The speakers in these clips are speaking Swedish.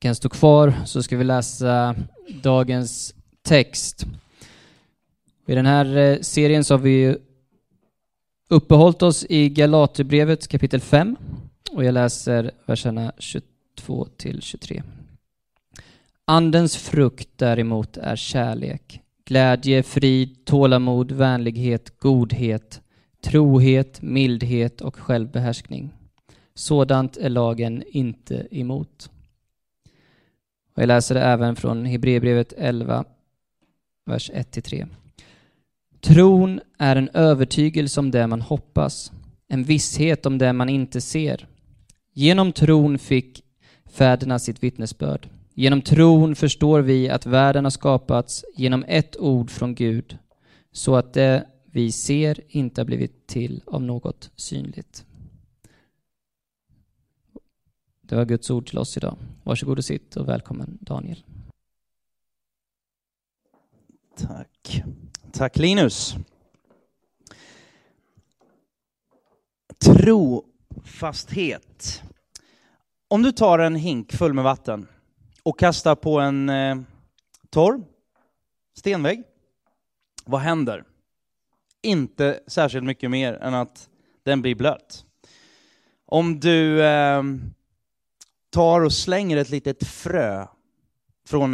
kan stå kvar så ska vi läsa dagens text. I den här serien så har vi uppehållit oss i Galaterbrevet kapitel 5 och jag läser verserna 22 till 23. Andens frukt däremot är kärlek, glädje, frid, tålamod, vänlighet, godhet, trohet, mildhet och självbehärskning. Sådant är lagen inte emot. Och jag läser det även från Hebreerbrevet 11, vers 1-3. Tron är en övertygelse om det man hoppas, en visshet om det man inte ser. Genom tron fick fäderna sitt vittnesbörd. Genom tron förstår vi att världen har skapats genom ett ord från Gud, så att det vi ser inte har blivit till av något synligt. Det var Guds ord till oss idag. Varsågod och sitt och välkommen Daniel. Tack. Tack Linus. Trofasthet. Om du tar en hink full med vatten och kastar på en torr stenvägg, vad händer? Inte särskilt mycket mer än att den blir blöt. Om du tar och slänger ett litet frö från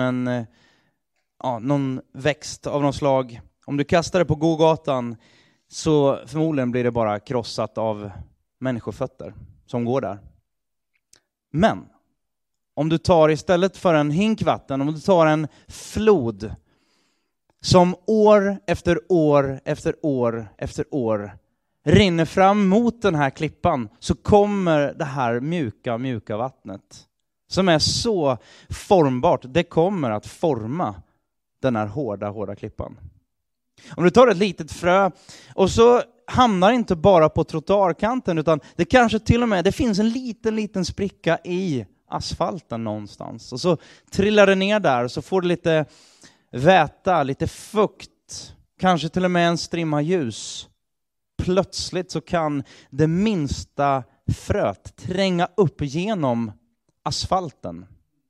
någon växt av någon slag, om du kastar det på gågatan så förmodligen blir det bara krossat av människofötter som går där. Men om du tar istället för en hink vatten, om du tar en flod som år efter år efter år efter år rinner fram mot den här klippan, så kommer det här mjuka vattnet som är så formbart, det kommer att forma den här hårda klippan. Om du tar ett litet frö och så hamnar inte bara på trottoarkanten, utan det kanske till och med det finns en liten spricka i asfalten någonstans. Och så trillar det ner där och så får du lite väta, lite fukt, kanske till och med en strimma ljus. Plötsligt så kan det minsta fröet tränga upp genom asfalten.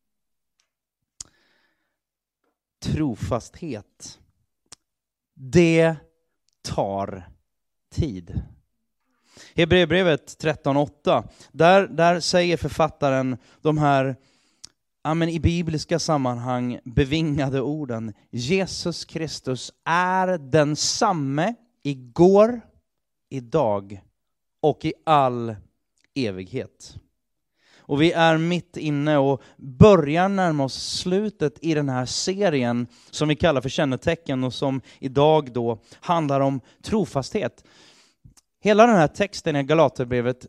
Trofasthet. Det tar tid. Hebreerbrevet 13:8. Där säger författaren de här i bibliska sammanhang bevingade orden. Jesus Kristus är densamme igår, idag och i all evighet. Och vi är mitt inne och börjar närma oss slutet i den här serien som vi kallar för kännetecken och som idag då handlar om trofasthet. Hela den här texten i Galaterbrevet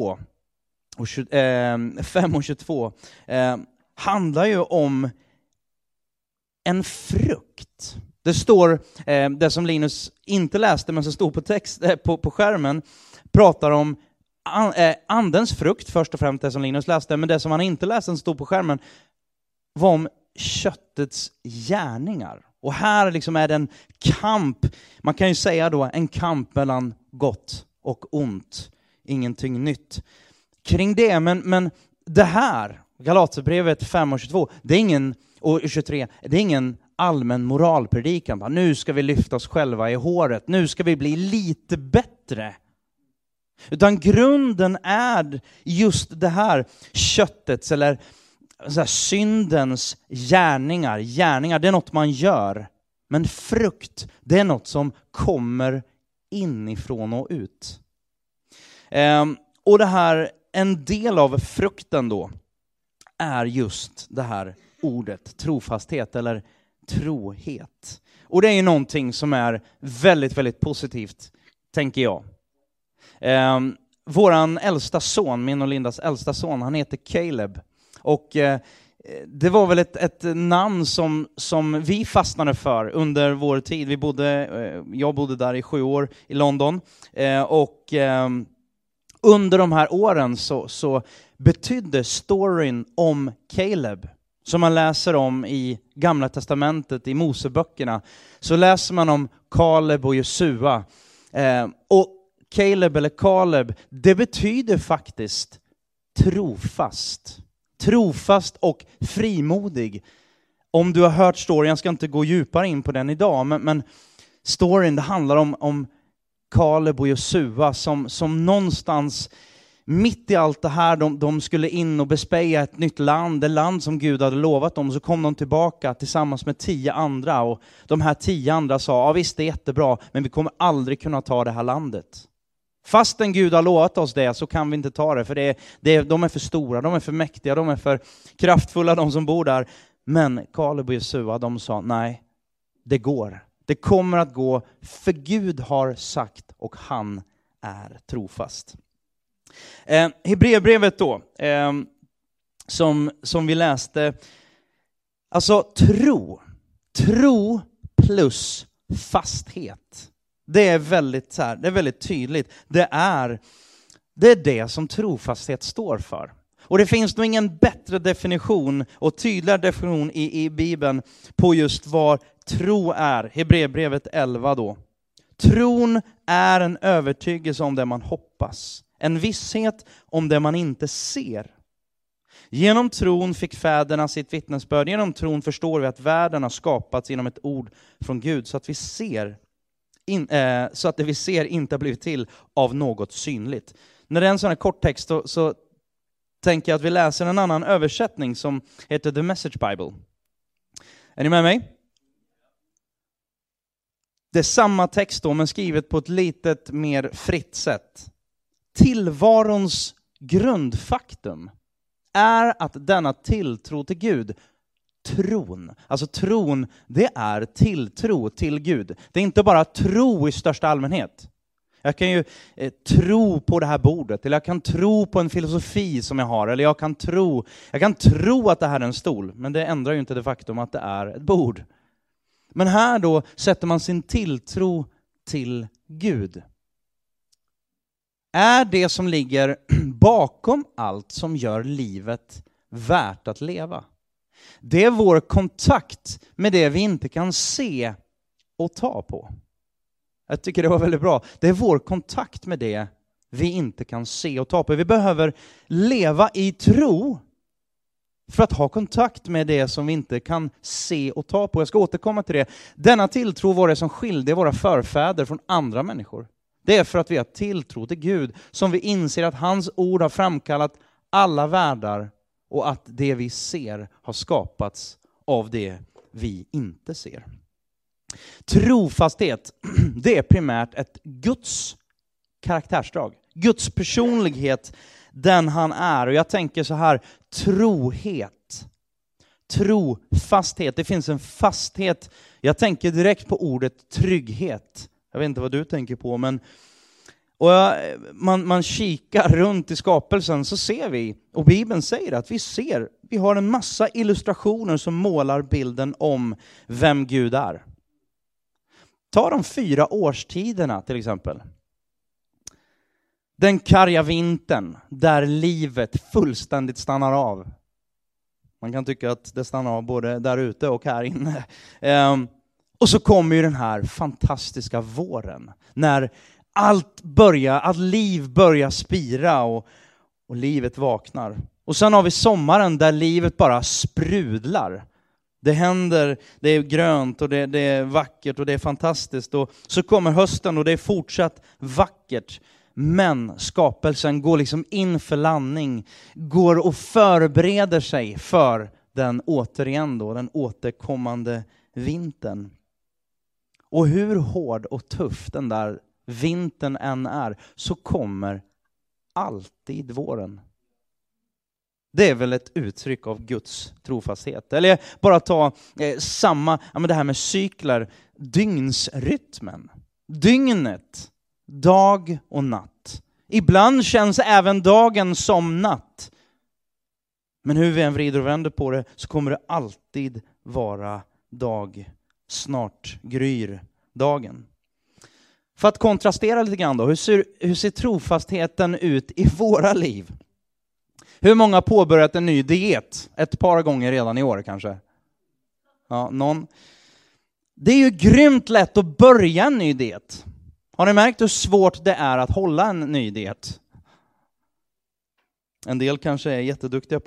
5:22 handlar ju om en frukt. Det står, det som Linus inte läste men som stod på skärmen, pratar om andens frukt först och främst, det som Linus läste, men det som han inte läste som stod på skärmen var om köttets gärningar. Och här liksom är det en kamp, man kan ju säga då en kamp mellan gott och ont. Ingenting nytt kring det, men det här, Galaterbrevet 5:22, det är ingen, och 23, det är ingen allmän moralpredikan. Nu ska vi lyfta oss själva i håret, nu ska vi bli lite bättre. Utan grunden är just det här köttets eller så här, syndens gärningar. Det är något man gör. Men frukt, det är något som kommer inifrån och ut. Och det här, en del av frukten då är just det här ordet trofasthet eller trohet. Och det är ju någonting som är väldigt, väldigt positivt, tänker jag. Våran äldsta son, min och Lindas äldsta son, han heter Caleb. Och det var väl ett namn som vi fastnade för under vår tid. Jag bodde där i 7 år i London. Och under de här åren så betydde storyn om Caleb, som man läser om i Gamla testamentet, i Moseböckerna, så läser man om Kaleb och Josua. Och Caleb eller Kaleb, det betyder faktiskt trofast. trofast och frimodig. Om du har hört storyn, jag ska inte gå djupare in på den idag, men storyn, det handlar om Kaleb och Josua som någonstans mitt i allt det här, de skulle in och bespeja ett nytt land, det land som Gud hade lovat dem. Så kom de tillbaka tillsammans med 10 andra, och de här 10 andra sa, ja visst det är jättebra, men vi kommer aldrig kunna ta det här landet. Fastän Gud har lovat oss det, så kan vi inte ta det, för de är för stora, de är för mäktiga, de är för kraftfulla, de som bor där. Men Kaleb och Josua, de sa, nej, det går. Det kommer att gå, för Gud har sagt och han är trofast. Hebreerbrevet då, som vi läste, alltså tro plus fasthet. Det är väldigt tydligt. Det är det som trofasthet står för. Och det finns nog ingen bättre definition och tydligare definition i Bibeln på just vad tro är. Hebreerbrevet 11 då. Tron är en övertygelse om det man hoppas. En visshet om det man inte ser. Genom tron fick fäderna sitt vittnesbörd. Genom tron förstår vi att världen har skapats genom ett ord från Gud. Så att det vi ser inte har blivit till av något synligt. När det är en sån här kort text så tänker jag att vi läser en annan översättning som heter The Message Bible. Är ni med mig? Det är samma text då, men skrivet på ett litet mer fritt sätt. Tillvarons grundfaktum är att denna tilltro till Gud, tron, det är tilltro till Gud. Det är inte bara tro i största allmänhet. Jag kan ju tro på det här bordet, eller jag kan tro på en filosofi som jag har, eller jag kan tro att det här är en stol, men det ändrar ju inte det faktum att det är ett bord. Men här då sätter man sin tilltro till Gud. Är det som ligger bakom allt som gör livet värt att leva. Det är vår kontakt med det vi inte kan se och ta på. Jag tycker det var väldigt bra. Det är vår kontakt med det vi inte kan se och ta på. Vi behöver leva i tro för att ha kontakt med det som vi inte kan se och ta på. Jag ska återkomma till det. Denna tilltro var det som skilde våra förfäder från andra människor. Det är för att vi har tilltro till Gud som vi inser att hans ord har framkallat alla världar och att det vi ser har skapats av det vi inte ser. Trofasthet, det är primärt ett Guds karaktärsdrag. Guds personlighet, den han är. Och jag tänker så här, trofasthet. Det finns en fasthet. Jag tänker direkt på ordet trygghet. Jag vet inte vad du tänker på, men man kikar runt i skapelsen så ser vi, och Bibeln säger att vi har en massa illustrationer som målar bilden om vem Gud är. Ta de 4 årstiderna till exempel. Den karga vintern där livet fullständigt stannar av. Man kan tycka att det stannar av både där ute och här inne. Och så kommer ju den här fantastiska våren när allt liv börjar spira och livet vaknar. Och sen har vi sommaren där livet bara sprudlar. Det händer, det är grönt och det är vackert och det är fantastiskt. Och så kommer hösten och det är fortsatt vackert. Men skapelsen går liksom in för landning. Går och förbereder sig för den återkommande vintern. Och hur hård och tuff den där vintern än är, så kommer alltid våren. Det är väl ett uttryck av Guds trofasthet. Eller bara ta det här med cykler, dygnsrytmen. Dygnet, dag och natt. Ibland känns även dagen som natt. Men hur vi än vrider och vänder på det så kommer det alltid vara dag. Snart gryr dagen. För att kontrastera lite grann då, hur ser trofastheten ut i våra liv? Hur många har påbörjat en ny diet? Ett par gånger redan i år kanske. Ja, någon. Det är ju grymt lätt att börja en ny diet. Har ni märkt hur svårt det är att hålla en ny diet? En del kanske är jätteduktiga på det.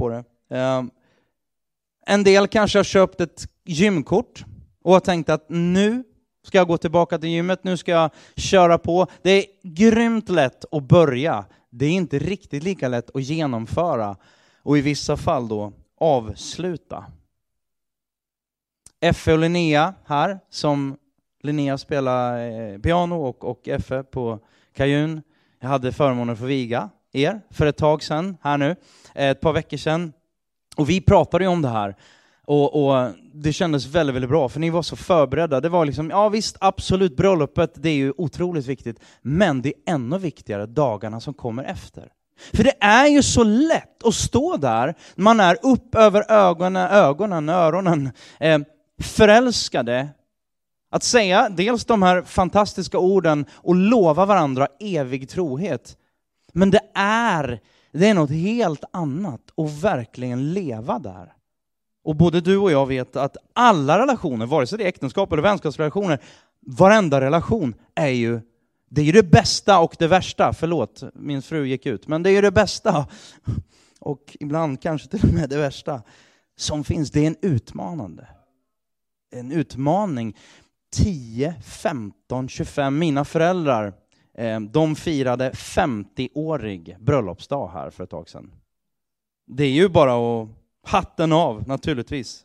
En del kanske har köpt ett gymkort och har tänkt att nu ska jag gå tillbaka till gymmet, nu ska jag köra på. Det är grymt lätt att börja. Det är inte riktigt lika lätt att genomföra och i vissa fall då avsluta. Effe och Linnea här, som Linnea spelar piano och Effe på kajun. Jag hade förmånen att få viga er för ett tag sedan, här nu, ett par veckor sedan. Och vi pratade ju om det här. Och det kändes väldigt, väldigt bra, för ni var så förberedda. Det var liksom, ja visst, absolut, bröllopet, det är ju otroligt viktigt. Men det är ännu viktigare dagarna som kommer efter. För det är ju så lätt att stå där, man är upp över öronen, förälskade. Att säga dels de här fantastiska orden och lova varandra evig trohet. Men det är något helt annat att verkligen leva där. Och både du och jag vet att alla relationer, vare sig det är äktenskap eller vänskapsrelationer, varenda relation är ju det bästa och det värsta. Förlåt, min fru gick ut. Men det är ju det bästa och ibland kanske till och med det värsta som finns. Det är en utmaning. 10, 15, 25. Mina föräldrar, de firade 50-årig bröllopsdag här för ett tag sedan. Det är ju bara att hatten av, naturligtvis.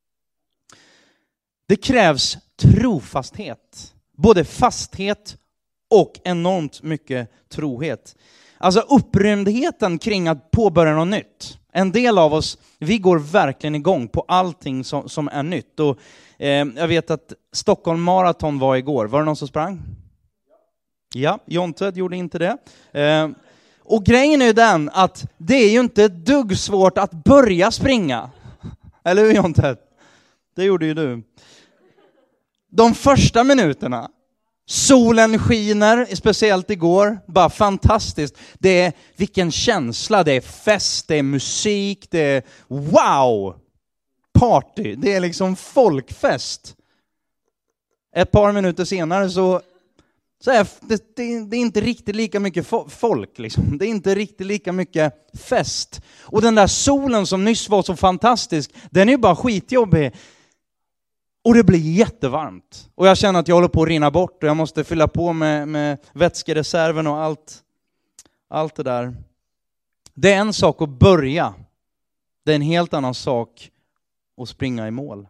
Det krävs trofasthet. Både fasthet och enormt mycket trohet. Alltså upprymdheten kring att påbörja något nytt. En del av oss, vi går verkligen igång på allting som är nytt. Och, jag vet att Stockholm Marathon var igår. Var det någon som sprang? Ja, Jonted gjorde inte det. Och grejen är ju den att det är ju inte ett dugg svårt att börja springa. Eller hur, Jonted? Det gjorde ju du. De första minuterna, solen skiner, speciellt igår, bara fantastiskt. Det är vilken känsla, det är fest, det är musik, det är wow! Party, det är liksom folkfest. Ett par minuter senare så är det är inte riktigt lika mycket folk liksom. Det är inte riktigt lika mycket fest. Och den där solen som nyss var så fantastisk, den är ju bara skitjobbig. Och det blir jättevarmt. Och jag känner att jag håller på att rinna bort och jag måste fylla på med vätskereserven och allt det där. Det är en sak att börja. Det är en helt annan sak att springa i mål.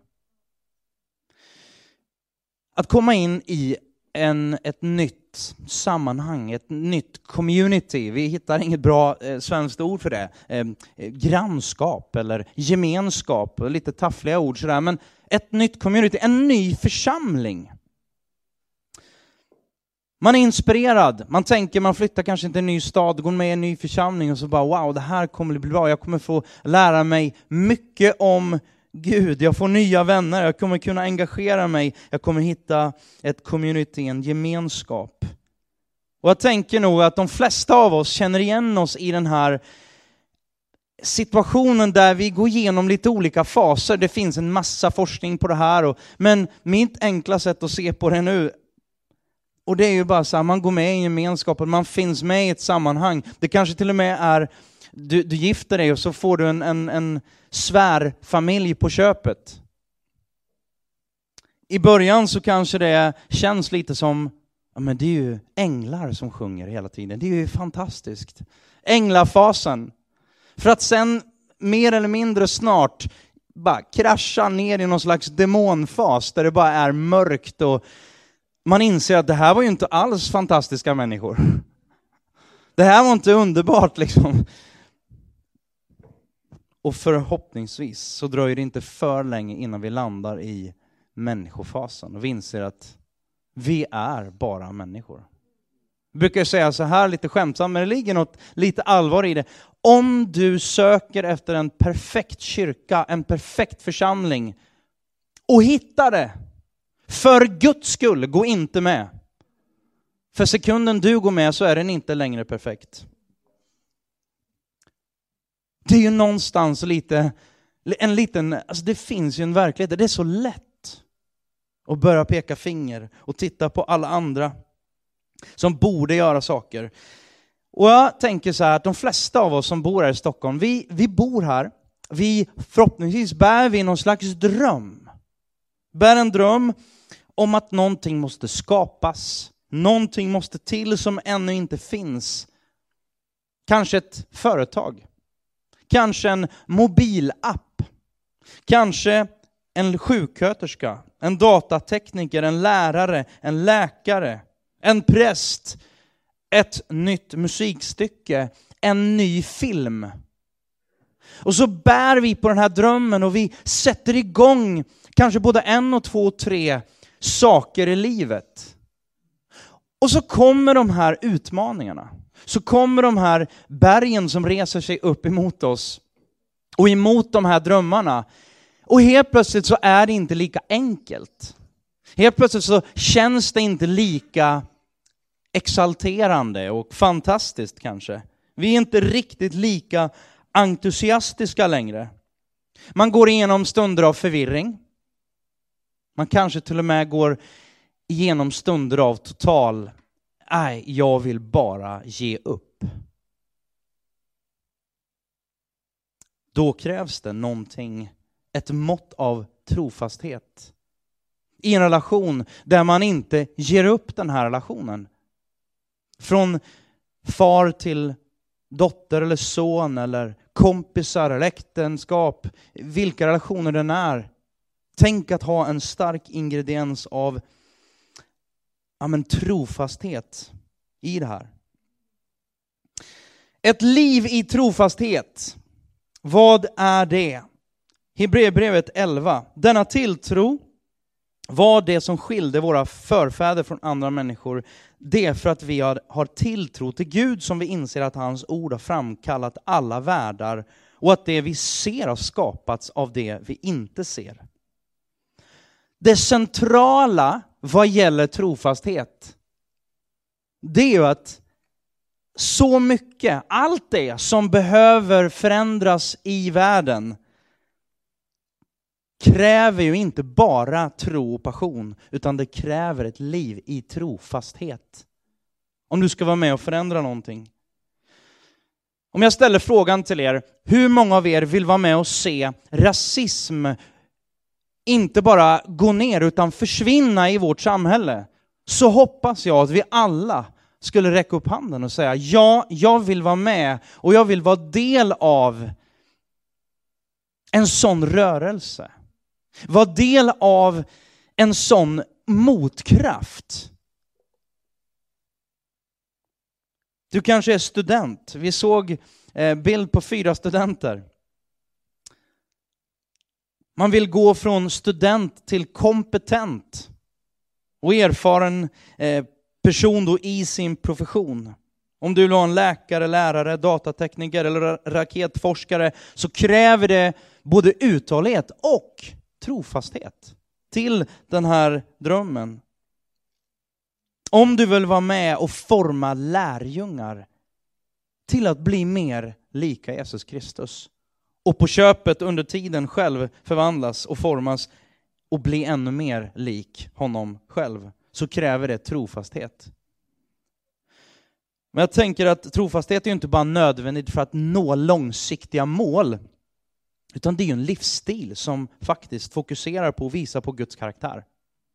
Att komma in i ett nytt sammanhang, ett nytt community. Vi hittar inget bra svenskt ord för det. Grannskap eller gemenskap, lite taffliga ord sådär. Men ett nytt community, en ny församling. Man är inspirerad. Man tänker, man flyttar kanske till en ny stad, går med i en ny församling och så bara wow, det här kommer bli bra. Jag kommer få lära mig mycket om Gud. Jag får nya vänner. Jag kommer kunna engagera mig. Jag kommer hitta ett community, en gemenskap. Och jag tänker nog att de flesta av oss känner igen oss i den här situationen där vi går igenom lite olika faser. Det finns en massa forskning på det här. Men mitt enkla sätt att se på det nu, och det är ju bara så här, man går med i gemenskapen, man finns med i ett sammanhang. Det kanske till och med är, du gifter dig och så får du en svärfamilj på köpet. I början så kanske det känns lite som, ja men det är ju änglar som sjunger hela tiden. Det är ju fantastiskt. Änglafasen. För att sen mer eller mindre snart bara krascha ner i någon slags demonfas där det bara är mörkt och man inser att det här var ju inte alls fantastiska människor. Det här var inte underbart liksom. Och förhoppningsvis så dröjer det inte för länge innan vi landar i människofasen och vi inser att vi är bara människor. Jag brukar säga så här lite skämtsamt, men det ligger något lite allvar i det. Om du söker efter en perfekt kyrka, en perfekt församling och hittar det, för Guds skull, gå inte med. För sekunden du går med så är den inte längre perfekt. Det är ju någonstans alltså det finns ju en verklighet. Det är så lätt att börja peka finger och titta på alla andra som borde göra saker. Och jag tänker så här att de flesta av oss som bor här i Stockholm, vi bor här förhoppningsvis bär vi någon slags dröm. Bär en dröm om att någonting måste skapas. Någonting måste till som ännu inte finns. Kanske ett företag. Kanske en mobilapp. Kanske en sjuksköterska. En datatekniker, en lärare, en läkare. En präst. Ett nytt musikstycke. En ny film. Och så bär vi på den här drömmen och vi sätter igång kanske både 1, 2, 3 saker i livet. Och så kommer de här utmaningarna. Så kommer de här bergen som reser sig upp emot oss. Och emot de här drömmarna. Och helt plötsligt så är det inte lika enkelt. Helt plötsligt så känns det inte lika exalterande och fantastiskt kanske. Vi är inte riktigt lika entusiastiska längre. Man går igenom stunder av förvirring. Man kanske till och med går igenom stunder av total, jag vill bara ge upp. Då krävs det någonting, ett mått av trofasthet. I en relation där man inte ger upp den här relationen. Från far till dotter eller son eller kompisar eller äktenskap. Vilka relationer den är. Tänk att ha en stark ingrediens av trofasthet i det här. Ett liv i trofasthet. Vad är det? Hebreerbrevet 11. Denna tilltro var det som skilde våra förfäder från andra människor. Det är för att vi har tilltro till Gud som vi inser att hans ord har framkallat alla världar och att det vi ser har skapats av det vi inte ser. Det centrala vad gäller trofasthet, det är ju att så mycket, allt det som behöver förändras i världen kräver ju inte bara tro och passion, utan det kräver ett liv i trofasthet. Om du ska vara med och förändra någonting. Om jag ställer frågan till er, hur många av er vill vara med och se rasism inte bara gå ner utan försvinna i vårt samhälle? Så hoppas jag att vi alla skulle räcka upp handen och säga, ja, jag vill vara med och jag vill vara del av en sån rörelse. Vara del av en sån motkraft. Du kanske är student. Vi såg bild på 4 studenter. Man vill gå från student till kompetent och erfaren person då i sin profession. Om du vill vara en läkare, lärare, datatekniker eller raketforskare så kräver det både uthållighet och trofasthet till den här drömmen. Om du vill vara med och forma lärjungar till att bli mer lika Jesus Kristus och på köpet under tiden själv förvandlas och formas och bli ännu mer lik honom själv, så kräver det trofasthet. Men jag tänker att trofasthet är ju inte bara nödvändigt för att nå långsiktiga mål, utan det är ju en livsstil som faktiskt fokuserar på och visar på Guds karaktär.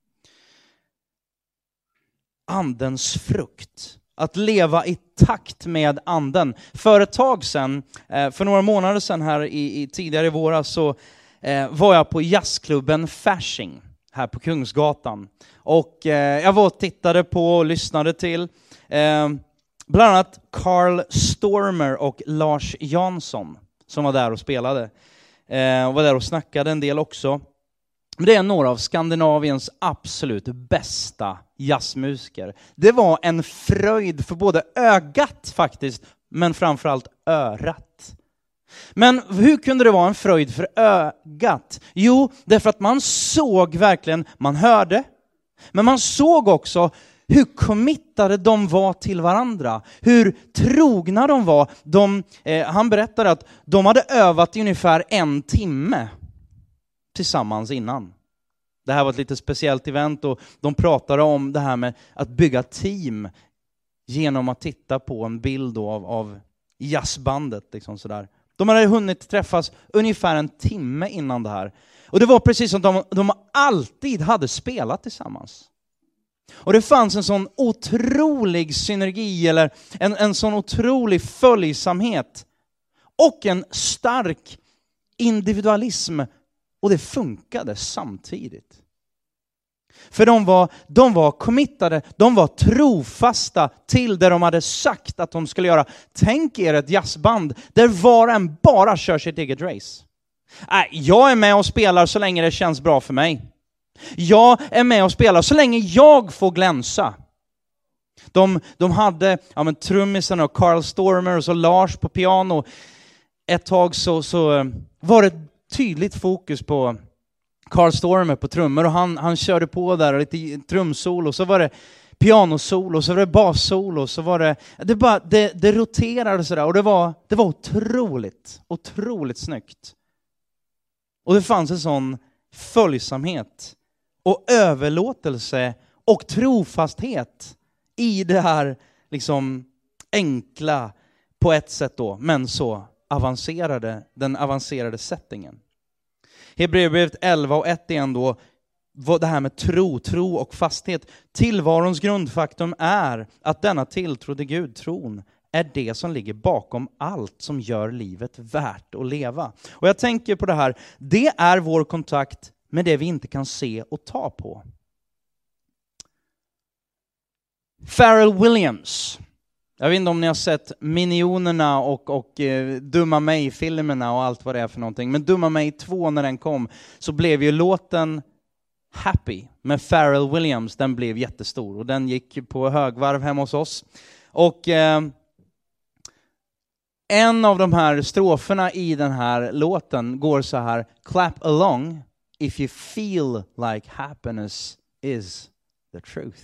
Andens frukt. Att leva i takt med anden. För ett tag sedan, för några månader sedan här tidigare i våras, så var jag på jazzklubben Fasching här på Kungsgatan. Och jag var och tittade på och lyssnade till bland annat Carl Stormer och Lars Jansson som var där och spelade. Och var där och snackade en del också. Men det är några av Skandinaviens absolut bästa jazzmusiker. Det var en fröjd för både ögat faktiskt, men framförallt örat. Men hur kunde det vara en fröjd för ögat? Jo, därför att man såg verkligen, man hörde, men man såg också hur committade de var till varandra. Hur trogna de var. Han berättade att de hade övat i ungefär 1 timme tillsammans innan. Det här var ett lite speciellt event och de pratade om det här med att bygga team genom att titta på en bild av jazzbandet. Liksom sådär. De hade hunnit träffas ungefär en timme innan det här. Och det var precis som de alltid hade spelat tillsammans. Och det fanns en sån otrolig synergi, eller en sån otrolig följsamhet. Och en stark individualism. Och det funkade samtidigt. För de var committade, de var trofasta till det de hade sagt att de skulle göra. Tänk er ett jazzband där var och en bara kör sitt eget race. Jag är med och spelar så länge det känns bra för mig. Jag är med och spelar så länge jag får glänsa. De hade trummisen och Carl Stormer och så Lars på piano. Ett tag så var det tydligt fokus på Carl Stormer på trummor, och han körde på där och lite trumsolo, så var det pianosolo, så var det bassolo, så var det roterade sådär, och det var otroligt snyggt. Och det fanns en sån följsamhet och överlåtelse och trofasthet i det här liksom enkla på ett sätt då, men så den avancerade settingen. Hebreerbrevet 11 och 1 igen då, det här med tro och fasthet. Tillvarons grundfaktum är att denna tilltro till Gud, tron, är det som ligger bakom allt som gör livet värt att leva. Och jag tänker på det här, det är vår kontakt med det vi inte kan se och ta på. Pharrell Williams. Jag vet inte om ni har sett Minionerna och Dumma mig-filmerna och allt vad det är för någonting. Men Dumma mig 2, när den kom, så blev ju låten Happy med Pharrell Williams, den blev jättestor. Och den gick på högvarv hemma hos oss. Och en av de här stroferna i den här låten går så här: Clap along if you feel like happiness is the truth.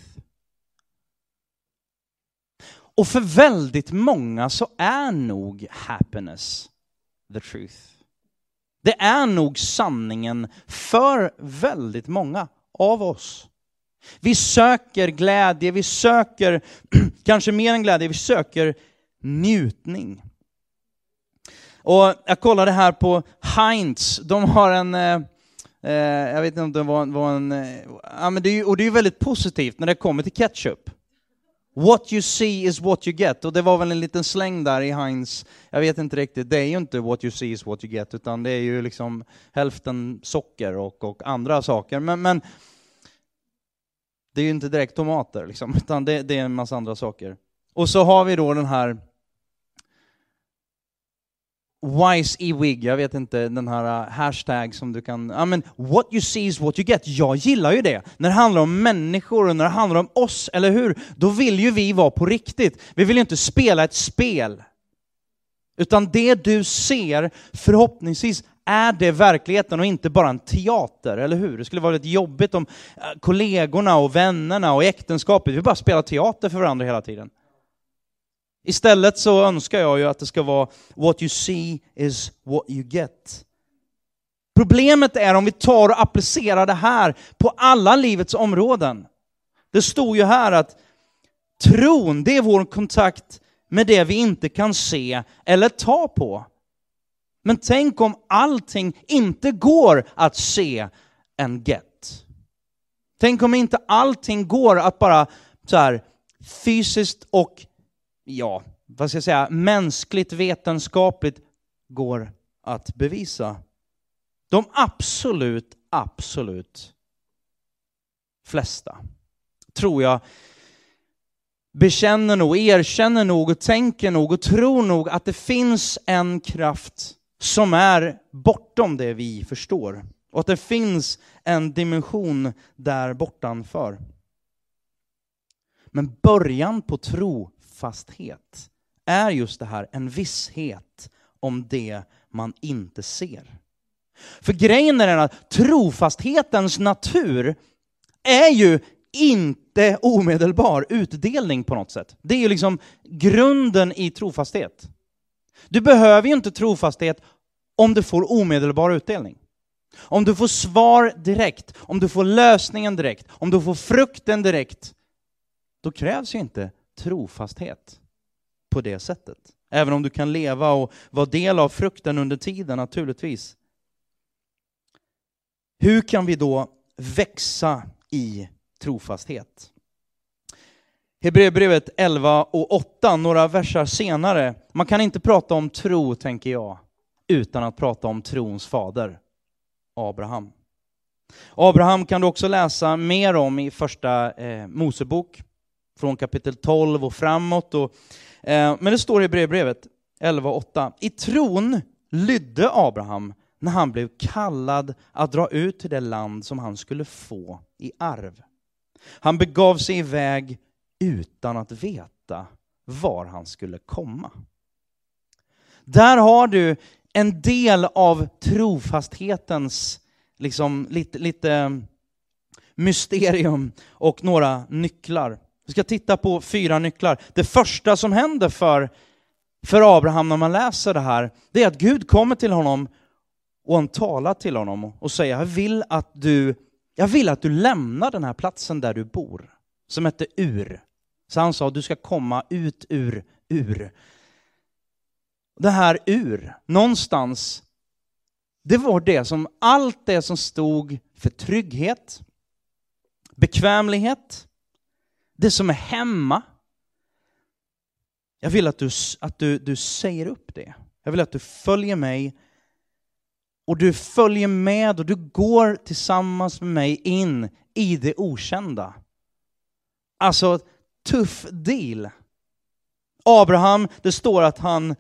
Och för väldigt många så är nog happiness the truth. Det är nog sanningen för väldigt många av oss. Vi söker glädje, vi söker kanske mer än glädje, vi söker njutning. Och jag kollade här på Heinz, de har en, jag vet inte om det var en, men det är ju väldigt positivt när det kommer till ketchup. What you see is what you get. Och det var väl en liten släng där i Heinz. Jag vet inte riktigt. Det är ju inte what you see is what you get. Utan det är ju liksom hälften socker och andra saker. Men det är ju inte direkt tomater liksom. Utan det är en massa andra saker. Och så har vi då den här Wise Ewig, jag vet inte, den här hashtag som du kan, what you see is what you get. Jag gillar ju det. När det handlar om människor och när det handlar om oss, eller hur? Då vill ju vi vara på riktigt. Vi vill ju inte spela ett spel. Utan det du ser, förhoppningsvis är det verkligheten och inte bara en teater, eller hur? Det skulle vara lite jobbigt om kollegorna och vännerna och äktenskapet, vi bara spelar teater för varandra hela tiden. Istället så önskar jag ju att det ska vara what you see is what you get. Problemet är om vi tar och applicerar det här på alla livets områden. Det står ju här att tron, det är vår kontakt med det vi inte kan se eller ta på. Men tänk om allting inte går att se and get. Tänk om inte allting går att bara så här fysiskt och mänskligt, vetenskapligt går att bevisa. De absolut flesta, tror jag, bekänner nog, erkänner nog och tänker nog och tror nog att det finns en kraft som är bortom det vi förstår. Och att det finns en dimension där bortanför. Men början på trofasthet är just det här, en visshet om det man inte ser. För grejen är den att trofasthetens natur är ju inte omedelbar utdelning på något sätt. Det är ju liksom grunden i trofasthet. Du behöver ju inte trofasthet om du får omedelbar utdelning. Om du får svar direkt, om du får lösningen direkt, om du får frukten direkt, då krävs ju inte trofasthet på det sättet. Även om du kan leva och vara del av frukten under tiden, naturligtvis. Hur kan vi då växa i trofasthet? Hebreerbrevet 11 och 8, några versar senare. Man kan inte prata om tro, tänker jag, utan att prata om trons fader, Abraham. Abraham kan du också läsa mer om i första Mosebok, från kapitel 12 och framåt. Men det står i Hebreerbrevet 11 och 8. I tron lydde Abraham när han blev kallad att dra ut till det land som han skulle få i arv. Han begav sig iväg utan att veta var han skulle komma. Där har du en del av trofasthetens liksom lite mysterium och några nycklar. Vi ska titta på 4 nycklar. Det första som händer för Abraham när man läser det här, det är att Gud kommer till honom och han talar till honom och säger, jag vill att du lämnar den här platsen där du bor, som heter Ur. Så han sa, du ska komma ut ur Ur. Det här Ur, någonstans, det var allt det som stod för trygghet, bekvämlighet, det som är hemma. Jag vill att du säger upp det. Jag vill att du följer mig. Och du följer med och du går tillsammans med mig in i det okända. Alltså, tuff deal. Abraham, det står att han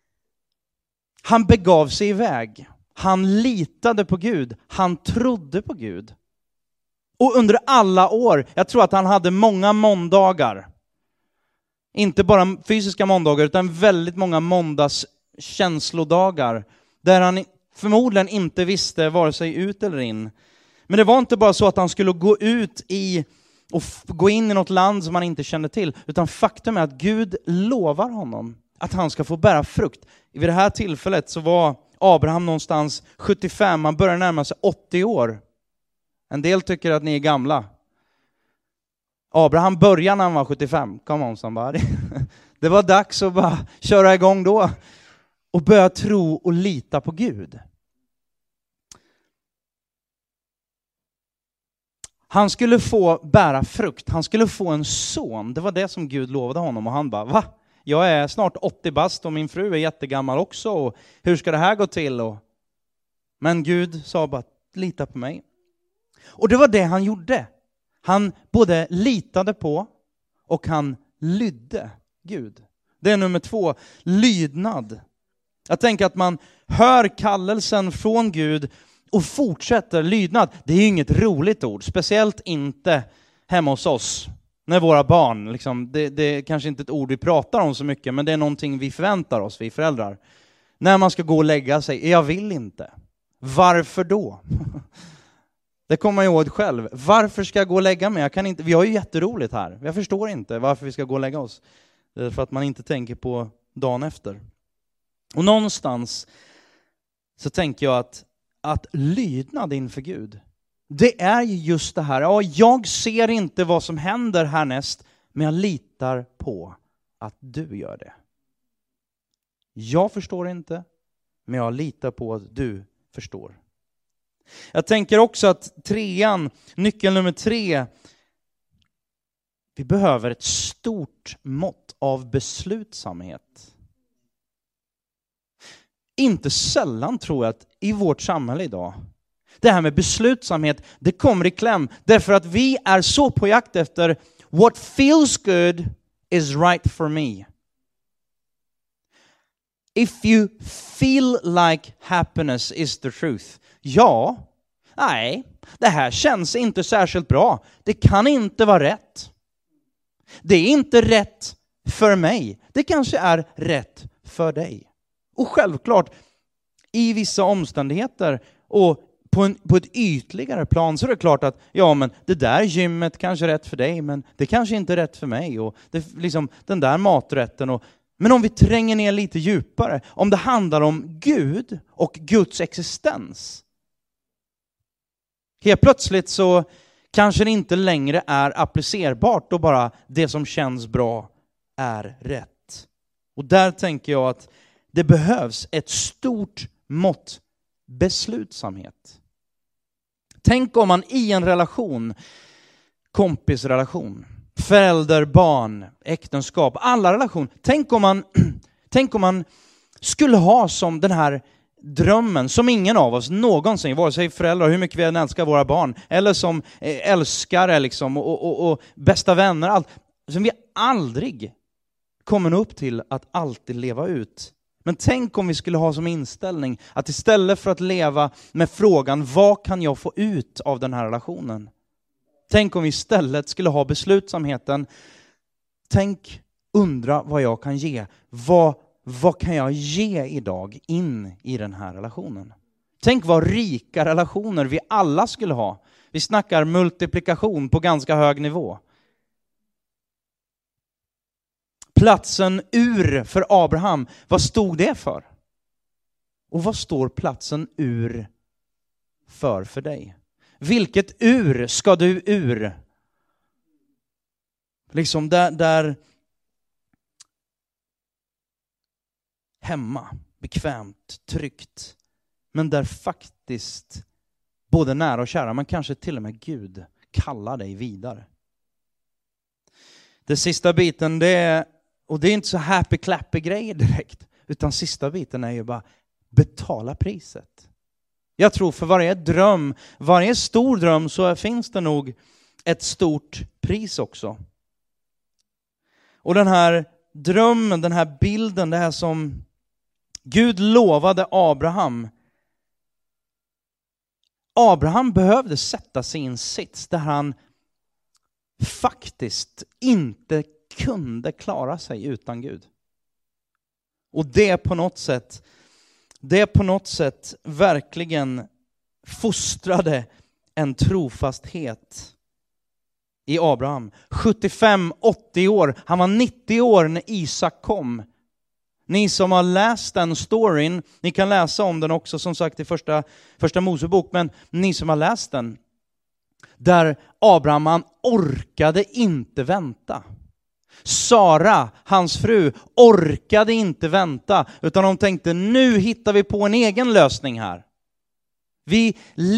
begav sig iväg. Han litade på Gud. Han trodde på Gud. Och under alla år, jag tror att han hade många måndagar. Inte bara fysiska måndagar utan väldigt många måndagskänslodagar. Där han förmodligen inte visste vare sig ut eller in. Men det var inte bara så att han skulle gå ut och gå in i något land som han inte kände till. Utan faktum är att Gud lovar honom att han ska få bära frukt. Vid det här tillfället så var Abraham någonstans 75, han börjar närma sig 80 år. En del tycker att ni är gamla. Abraham började när han var 75. Come on somebody. Det var dags att bara köra igång då. Och börja tro och lita på Gud. Han skulle få bära frukt. Han skulle få en son. Det var det som Gud lovade honom. Och han bara, va? Jag är snart 80 bast och min fru är jättegammal också. Och hur ska det här gå till? Men Gud sa bara, lita på mig. Och det var det han gjorde. Han både litade på och han lydde Gud. Det är nummer 2, lydnad. Jag tänker att man hör kallelsen från Gud och fortsätter lydnad. Det är ju inget roligt ord, speciellt inte hemma hos oss. När våra barn, liksom, det är kanske inte ett ord vi pratar om så mycket, men det är någonting vi förväntar oss, vi föräldrar. När man ska gå och lägga sig, jag vill inte. Varför då? Det kommer man ihåg själv. Varför ska jag gå och lägga mig? Jag kan inte, vi har ju jätteroligt här. Jag förstår inte varför vi ska gå och lägga oss. Det är för att man inte tänker på dagen efter. Och någonstans så tänker jag att lydnad inför Gud, det är ju just det här. Ja, jag ser inte vad som händer härnäst, men jag litar på att du gör det. Jag förstår inte, men jag litar på att du förstår. Jag tänker också att nyckel nummer 3, vi behöver ett stort mått av beslutsamhet. Inte sällan tror jag att i vårt samhälle idag, det här med beslutsamhet, det kommer i kläm. Därför att vi är så på jakt efter what feels good is right for me. If you feel like happiness is the truth. Ja, nej, det här känns inte särskilt bra. Det kan inte vara rätt. Det är inte rätt för mig. Det kanske är rätt för dig. Och självklart, i vissa omständigheter och på ett ytligare plan så är det klart att ja, men det där gymmet kanske är rätt för dig, men det kanske inte är rätt för mig. Och det, liksom, den där maträtten. Men om vi tränger ner lite djupare, om det handlar om Gud och Guds existens, helt plötsligt så kanske det inte längre är applicerbart och bara det som känns bra är rätt. Och där tänker jag att det behövs ett stort mått beslutsamhet. Tänk om man i en relation, kompisrelation, förälder, barn, äktenskap, alla relationer. Tänk om man skulle ha som den här drömmen som ingen av oss någonsin, vare sig föräldrar, hur mycket vi än älskar våra barn, eller som älskare liksom, och bästa vänner, allt som vi aldrig kommer upp till att alltid leva ut. Men tänk om vi skulle ha som inställning att istället för att leva med frågan, vad kan jag få ut av den här relationen? Tänk om vi istället skulle ha beslutsamheten, undra vad jag kan ge. Vad kan jag ge idag in i den här relationen? Tänk vad rika relationer vi alla skulle ha. Vi snackar multiplikation på ganska hög nivå. Platsen ur för Abraham, vad stod det för? Och vad står platsen ur för dig? Vilket ur ska du ur? Liksom där hemma, bekvämt, tryggt. Men där faktiskt både nära och kära, men kanske till och med Gud kallar dig vidare. Det sista biten, och det är inte så happy-clappy grejer direkt. Utan sista biten är ju bara betala priset. Jag tror för varje stor dröm så finns det nog ett stort pris också. Och den här drömmen, den här bilden, det här som Gud lovade Abraham. Abraham behövde sätta sig i en sits där han faktiskt inte kunde klara sig utan Gud. Och det på något sätt verkligen fostrade en trofasthet i Abraham. 75-80 år, han var 90 år när Isak kom. Ni som har läst den storyn, ni kan läsa om den också som sagt i första Mosebok, men ni som har läst den, där Abraham, han orkade inte vänta. Sara, hans fru, orkade inte vänta, utan de tänkte, nu hittar vi på en egen lösning här. De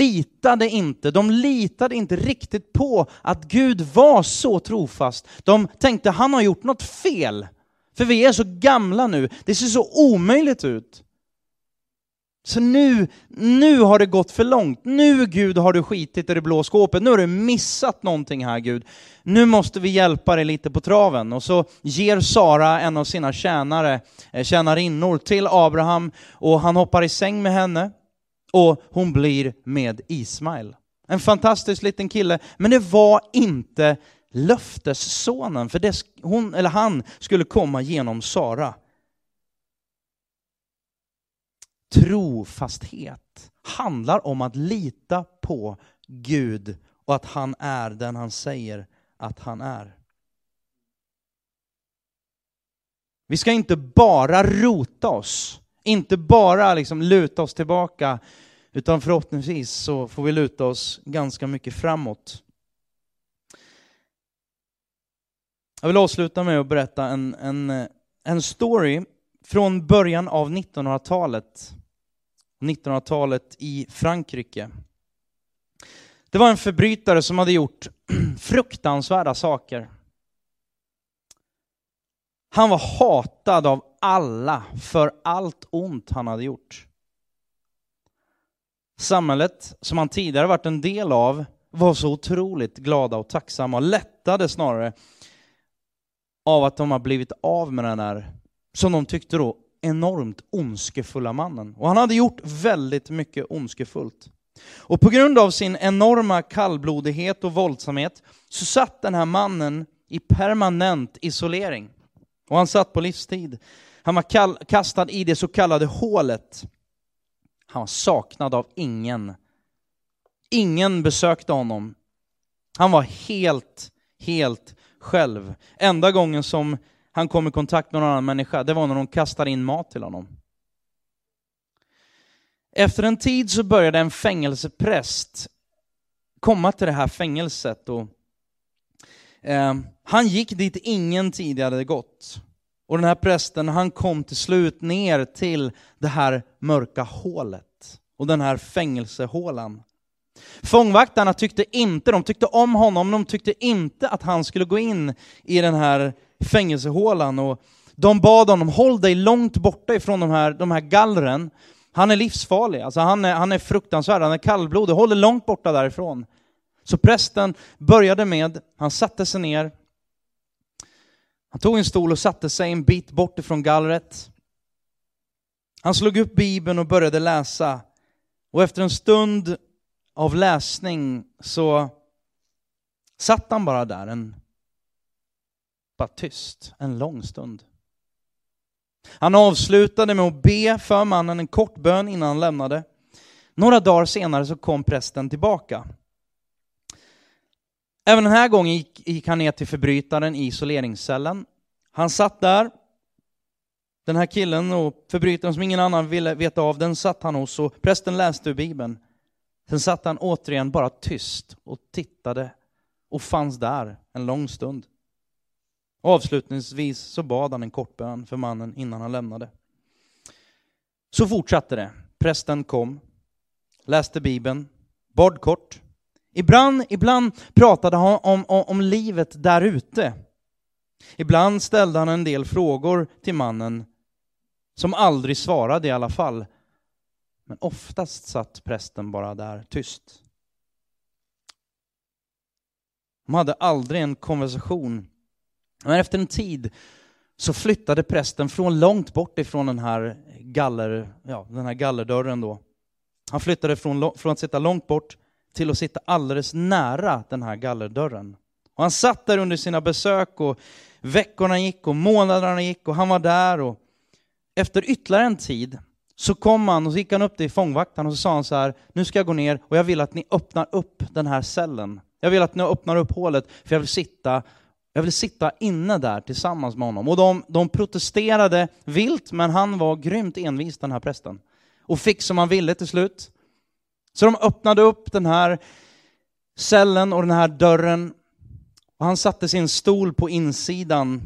litade inte riktigt på att Gud var så trofast. De tänkte, han har gjort något fel. För vi är så gamla nu, det ser så omöjligt ut. Så nu har det gått för långt. Nu Gud har du skitit i det blå skåpet. Nu har du missat någonting här Gud. Nu måste vi hjälpa dig lite på traven. Och så ger Sara, en av sina tjänarinnor, till Abraham. Och han hoppar i säng med henne. Och hon blir med Ismael. En fantastisk liten kille. Men det var inte löftessonen. För han skulle komma genom Sara. Trofasthet handlar om att lita på Gud och att han är den han säger att han är. Vi ska inte bara rota oss, inte bara liksom luta oss tillbaka, utan förhoppningsvis så får vi luta oss ganska mycket framåt. Jag vill avsluta med att berätta en story från början av 1900-talet. 1900-talet i Frankrike. Det var en förbrytare som hade gjort fruktansvärda saker. Han var hatad av alla för allt ont han hade gjort. Samhället som han tidigare varit en del av var så otroligt glada och tacksamma och lättade snarare av att de har blivit av med den där, som de tyckte då, enormt ondskefulla mannen. Och han hade gjort väldigt mycket ondskefullt. Och på grund av sin enorma kallblodighet och våldsamhet så satt den här mannen i permanent isolering. Och han satt på livstid. Han var kastad i det så kallade hålet. Han var saknad av ingen. Ingen besökte honom. Han var helt själv. Enda gången som han kom i kontakt med någon annan människa, det var när de kastade in mat till honom. Efter en tid så började en fängelsepräst komma till det här fängelset. Och han gick dit ingen tidigare hade gått. Och den här prästen, han kom till slut ner till det här mörka hålet. Och den här fängelsehålan. Fångvaktarna de tyckte om honom. De tyckte inte att han skulle gå in i den här fängelsehålan. Och de bad honom, håll dig långt borta ifrån de här gallren. Han är livsfarlig, alltså han är fruktansvärd, han är kallblodig. Håll dig långt borta därifrån. Så prästen började med, han satte sig ner. Han tog en stol och satte sig en bit bort ifrån gallret. Han slog upp Bibeln och började läsa. Och efter en stund av läsning så satt han bara där, bara tyst, en lång stund. Han avslutade med att be för mannen en kort bön innan han lämnade. Några dagar senare så kom prästen tillbaka. Även den här gången gick han ner till förbrytaren i isoleringscellen. Han satt där. Den här killen och förbrytaren som ingen annan ville veta av, den satt han hos, och prästen läste ur Bibeln. Sen satt han återigen bara tyst och tittade och fanns där en lång stund. Avslutningsvis så bad han en kort bön för mannen innan han lämnade. Så fortsatte det. Prästen kom, läste Bibeln, bad kort. Ibland pratade han om livet där ute. Ibland ställde han en del frågor till mannen som aldrig svarade i alla fall. Men oftast satt prästen bara där tyst. De hade aldrig en konversation. Men efter en tid så flyttade prästen från långt bort ifrån den här gallerdörren då. Han flyttade från att sitta långt bort till att sitta alldeles nära den här gallerdörren. Och han satt där under sina besök, och veckorna gick och månaderna gick och han var där. Och efter ytterligare en tid så kom han och så gick han upp till fångvaktaren och så sa han så här: nu ska jag gå ner och jag vill att ni öppnar upp den här cellen. Jag vill att ni öppnar upp hålet, för jag vill sitta inne där tillsammans med honom. Och de protesterade vilt, men han var grymt envis, den här prästen. Och fick som han ville till slut. Så de öppnade upp den här cellen och den här dörren. Och han satte sin stol på insidan.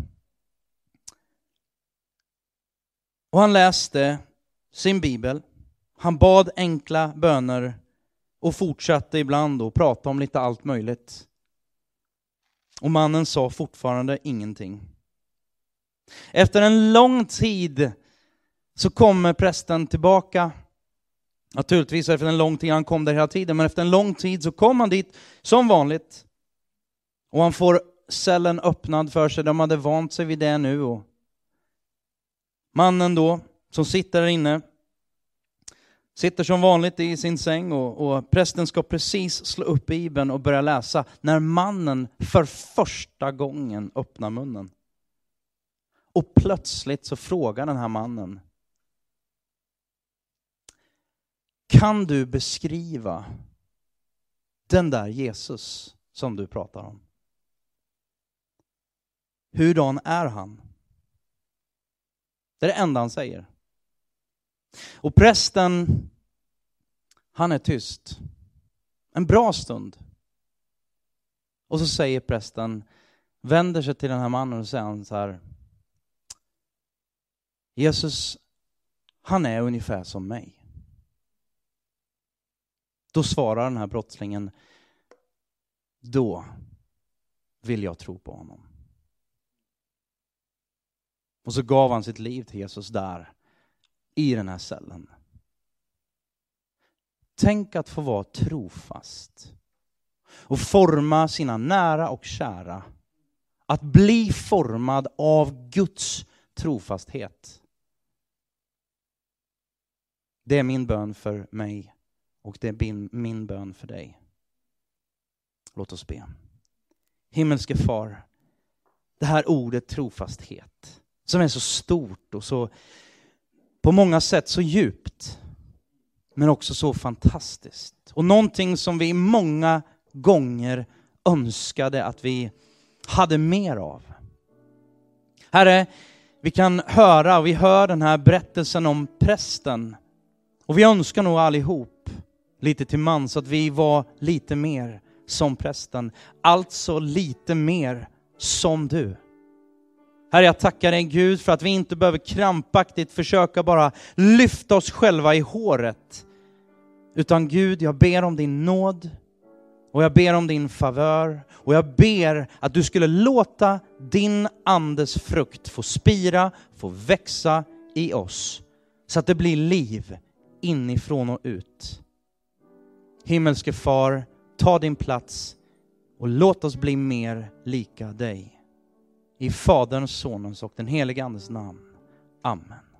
Och han läste sin bibel. Han bad enkla böner. Och fortsatte ibland att prata om lite allt möjligt. Och mannen sa fortfarande ingenting. Efter en lång tid så kommer prästen tillbaka. Naturligtvis efter en lång tid, han kom där hela tiden. Men efter en lång tid så kom han dit som vanligt. Och han får cellen öppnad för sig. De hade vant sig vid det nu. Och mannen då, som sitter där inne, sitter som vanligt i sin säng, och prästen ska precis slå upp Bibeln och börja läsa när mannen för första gången öppnar munnen. Och plötsligt så frågar den här mannen: kan du beskriva den där Jesus som du pratar om? Hurdan är han? Det är det enda han säger. Och prästen, han är tyst en bra stund. Och så säger prästen, vänder sig till den här mannen och säger han så här: Jesus, han är ungefär som mig. Då svarar den här brottslingen: då vill jag tro på honom. Och så gav han sitt liv till Jesus där i den här cellen. Tänk att få vara trofast och forma sina nära och kära. Att bli formad av Guds trofasthet. Det är min bön för mig och det är min bön för dig. Låt oss be. Himmelske far, det här ordet trofasthet som är så stort och så på många sätt så djupt, men också så fantastiskt. Och någonting som vi många gånger önskade att vi hade mer av. Herre, vi kan höra och vi hör den här berättelsen om prästen. Och vi önskar nog allihop lite till mans att vi var lite mer som prästen. Alltså lite mer som du. Herre, jag tackar dig Gud för att vi inte behöver krampaktigt försöka bara lyfta oss själva i håret. Utan Gud, jag ber om din nåd och jag ber om din favör. Och jag ber att du skulle låta din andes frukt få spira, få växa i oss. Så att det blir liv inifrån och ut. Himmelske far, ta din plats och låt oss bli mer lika dig. I Faderns, Sonens och den helige Andes namn. Amen.